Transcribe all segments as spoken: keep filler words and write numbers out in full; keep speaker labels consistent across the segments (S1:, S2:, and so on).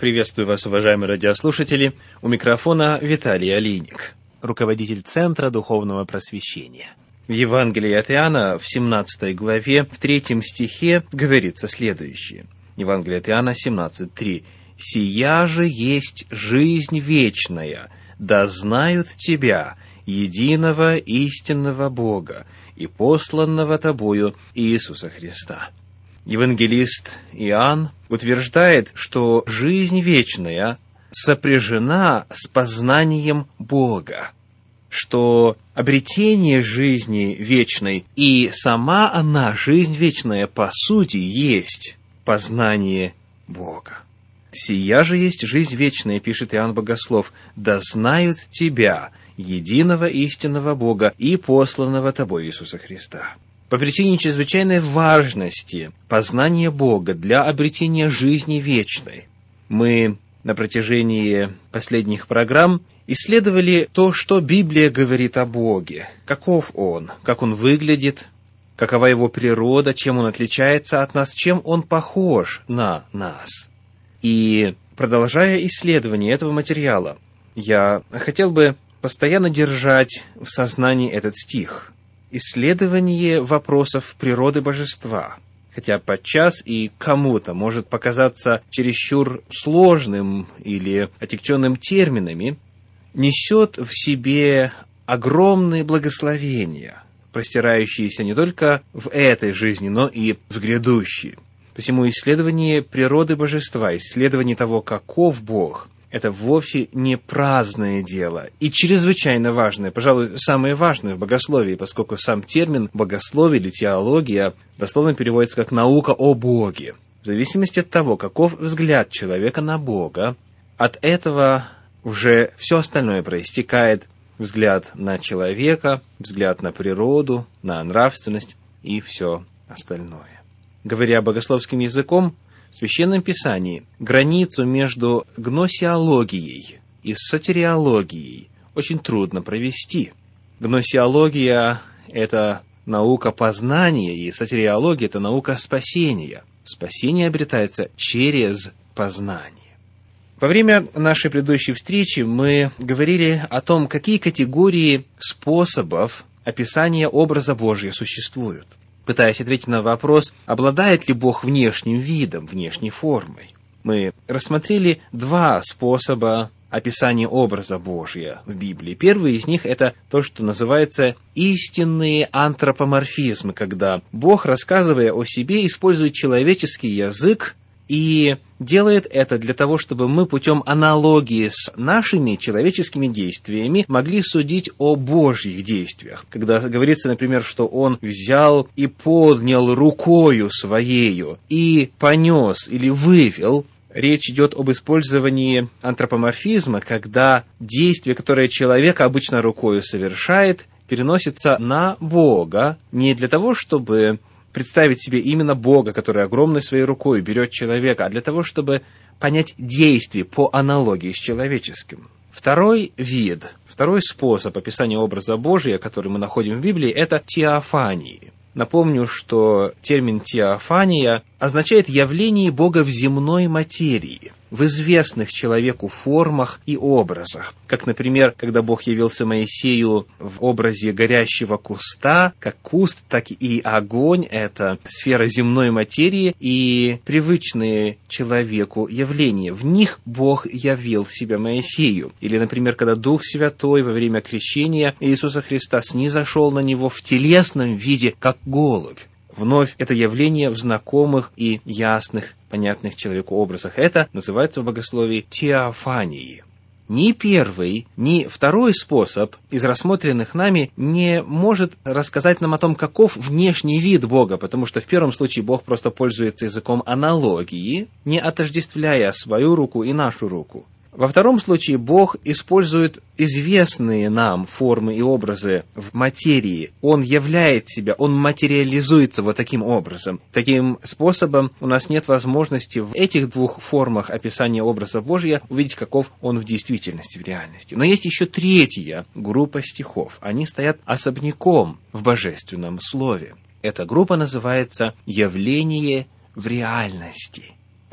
S1: Приветствую вас, уважаемые радиослушатели. У микрофона Виталий Алиник, руководитель Центра Духовного Просвещения. В Евангелии от Иоанна, в семнадцатой главе, в третьем стихе говорится следующее. Евангелие от Иоанна семнадцать три. «Сия же есть жизнь вечная, да знают Тебя, единого истинного Бога и посланного Тобою Иисуса Христа». Евангелист Иоанн утверждает, что жизнь вечная сопряжена с познанием Бога, что обретение жизни вечной и сама она, жизнь вечная, по сути, есть познание Бога. «Сия же есть жизнь вечная», пишет Иоанн Богослов, «да знают Тебя, единого истинного Бога и посланного Тобой Иисуса Христа». По причине чрезвычайной важности познания Бога для обретения жизни вечной, мы на протяжении последних программ исследовали то, что Библия говорит о Боге, каков Он, как Он выглядит, какова Его природа, чем Он отличается от нас, чем Он похож на нас. И, продолжая исследование этого материала, я хотел бы постоянно держать в сознании этот стих. Исследование вопросов природы божества, хотя подчас и кому-то может показаться чересчур сложным или отягченным терминами, несет в себе огромные благословения, простирающиеся не только в этой жизни, но и в грядущей. Посему исследование природы божества, исследование того, каков Бог, это вовсе не праздное дело и чрезвычайно важное, пожалуй, самое важное в богословии, поскольку сам термин богословие или теология дословно переводится как «наука о Боге». В зависимости от того, каков взгляд человека на Бога, от этого уже все остальное проистекает: взгляд на человека, взгляд на природу, на нравственность и все остальное. Говоря богословским языком, в Священном Писании границу между гносеологией и сотириологией очень трудно провести. Гносеология – это наука познания, и сотириология – это наука спасения. Спасение обретается через познание. Во время нашей предыдущей встречи мы говорили о том, какие категории способов описания образа Божия существуют, пытаясь ответить на вопрос, обладает ли Бог внешним видом, внешней формой. Мы рассмотрели два способа описания образа Божия в Библии. Первый из них – это то, что называется истинные антропоморфизмы, когда Бог, рассказывая о себе, использует человеческий язык и делает это для того, чтобы мы путем аналогии с нашими человеческими действиями могли судить о Божьих действиях. Когда говорится, например, что Он взял и поднял рукою Своею и понес или вывел, речь идет об использовании антропоморфизма, когда действие, которое человек обычно рукою совершает, переносится на Бога не для того, чтобы представить себе именно Бога, который огромной своей рукой берет человека, а для того, чтобы понять действие по аналогии с человеческим. Второй вид, второй способ описания образа Божия, который мы находим в Библии, это теофании. Напомню, что термин «теофания» означает явление Бога в земной материи, в известных человеку формах и образах. Как, например, когда Бог явился Моисею в образе горящего куста, как куст, так и огонь – это сфера земной материи и привычные человеку явления. В них Бог явил себя Моисею. Или, например, когда Дух Святой во время крещения Иисуса Христа снизошел на Него в телесном виде, как голубь. Вновь это явление в знакомых и ясных, понятных человеку образах. Это называется в богословии теофанией. Ни первый, ни второй способ из рассмотренных нами не может рассказать нам о том, каков внешний вид Бога, потому что в первом случае Бог просто пользуется языком аналогии, не отождествляя свою руку и нашу руку. Во втором случае Бог использует известные нам формы и образы в материи. Он являет себя, Он материализуется вот таким образом. Таким способом у нас нет возможности в этих двух формах описания образа Божия увидеть, каков Он в действительности, в реальности. Но есть еще третья группа стихов. Они стоят особняком в Божественном Слове. Эта группа называется «явление в реальности».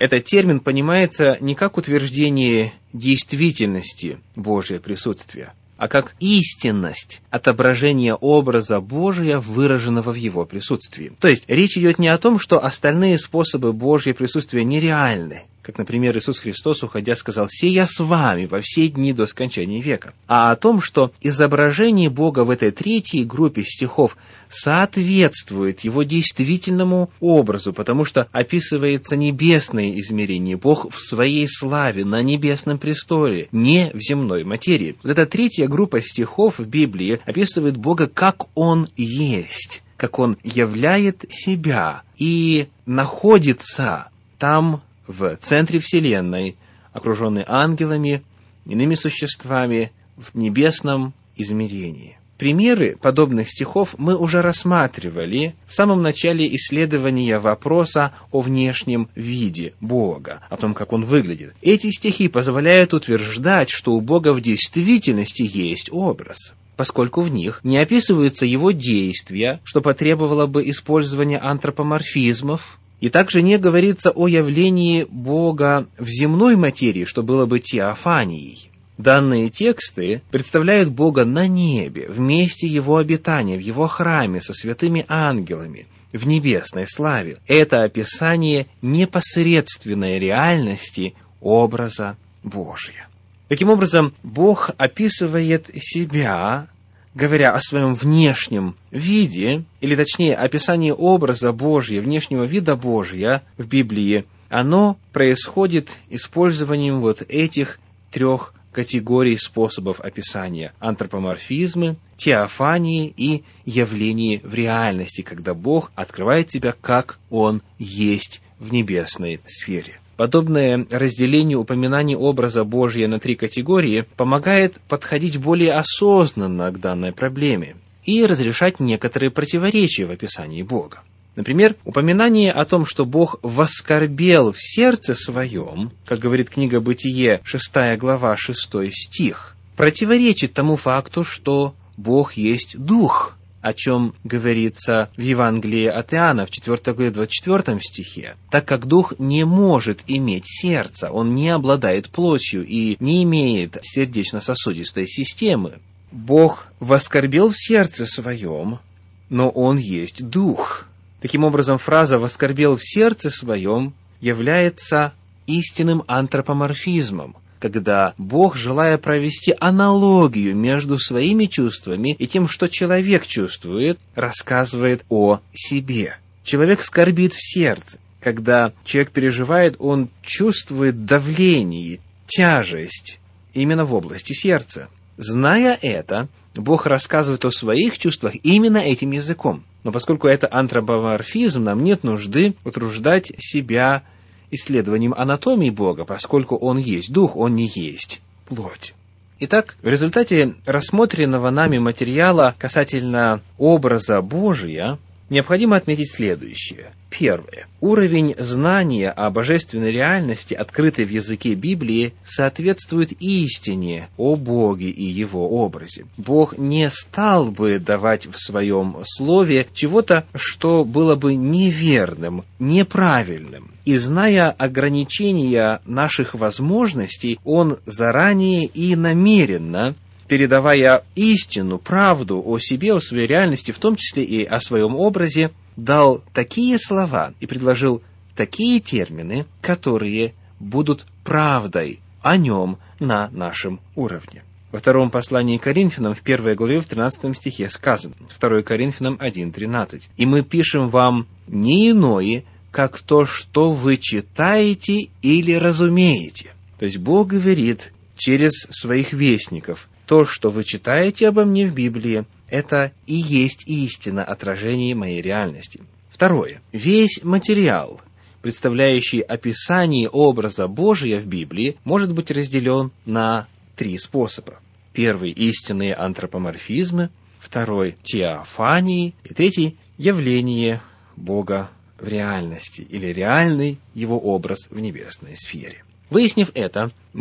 S1: Этот термин понимается не как утверждение действительности Божьего присутствия, а как истинность отображения образа Божия, выраженного в Его присутствии. То есть речь идет не о том, что остальные способы Божьего присутствия нереальны, как, например, Иисус Христос, уходя, сказал: «Се я с вами во все дни до скончания века», а о том, что изображение Бога в этой третьей группе стихов соответствует Его действительному образу, потому что описывается небесное измерение, Бог в Своей славе, на небесном престоле, не в земной материи. Вот эта третья группа стихов в Библии описывает Бога, как Он есть, как Он являет себя и находится там, в центре Вселенной, окруженный ангелами, иными существами, в небесном измерении. Примеры подобных стихов мы уже рассматривали в самом начале исследования вопроса о внешнем виде Бога, о том, как Он выглядит. Эти стихи позволяют утверждать, что у Бога в действительности есть образ, поскольку в них не описываются Его действия, что потребовало бы использования антропоморфизмов, и также не говорится о явлении Бога в земной материи, что было бы теофанией. Данные тексты представляют Бога на небе, в месте Его обитания, в Его храме, со святыми ангелами, в небесной славе. Это описание непосредственной реальности образа Божия. Таким образом, Бог описывает себя, говоря о своем внешнем виде, или точнее, описание образа Божия, внешнего вида Божия в Библии, оно происходит использованием вот этих трех категорий способов описания: антропоморфизмы, теофании и явление в реальности, когда Бог открывает себя, как Он есть в небесной сфере. Подобное разделение упоминаний образа Божия на три категории помогает подходить более осознанно к данной проблеме и разрешать некоторые противоречия в описании Бога. Например, упоминание о том, что Бог воскорбел в сердце своем, как говорит книга Бытие, шестая глава, шестой стих, противоречит тому факту, что Бог есть Дух, о чем говорится в Евангелии от Иоанна в четвёртой главе двадцать четвёртом стихе, так как Дух не может иметь сердца, Он не обладает плотью и не имеет сердечно-сосудистой системы. Бог воскорбел в сердце своем, но Он есть Дух. Таким образом, фраза «воскорбел в сердце своем» является истинным антропоморфизмом, когда Бог, желая провести аналогию между своими чувствами и тем, что человек чувствует, рассказывает о себе. Человек скорбит в сердце. Когда человек переживает, он чувствует давление, тяжесть именно в области сердца. Зная это, Бог рассказывает о своих чувствах именно этим языком. Но поскольку это антропоморфизм, нам нет нужды утруждать себя исследованием анатомии Бога, поскольку Он есть Дух, Он не есть плоть. Итак, в результате рассмотренного нами материала касательно образа Божия необходимо отметить следующее. Первое. Уровень знания о божественной реальности, открытой в языке Библии, соответствует истине о Боге и Его образе. Бог не стал бы давать в Своем Слове чего-то, что было бы неверным, неправильным. И зная ограничения наших возможностей, Он заранее и намеренно, передавая истину, правду о себе, о своей реальности, в том числе и о своем образе, дал такие слова и предложил такие термины, которые будут правдой о Нем на нашем уровне. Во втором послании к Коринфянам, в первой главе, в тринадцатом стихе сказано, второе Коринфянам один тринадцать, «И мы пишем вам не иное, как то, что вы читаете или разумеете». То есть Бог говорит через своих вестников: то, что вы читаете обо мне в Библии, это и есть истина отражения моей реальности. Второе. Весь материал, представляющий описание образа Божия в Библии, может быть разделен на три способа. Первый – истинные антропоморфизмы, второй – теофании, и третий – явление Бога в реальности, или реальный Его образ в небесной сфере. Выяснив это, мы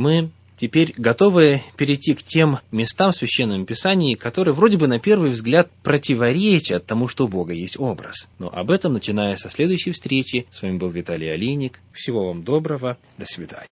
S1: Теперь готовы перейти к тем местам в Священном Писании, которые вроде бы на первый взгляд противоречат тому, что у Бога есть образ. Но об этом, начиная со следующей встречи. С вами был Виталий Алейник. Всего вам доброго. До свидания.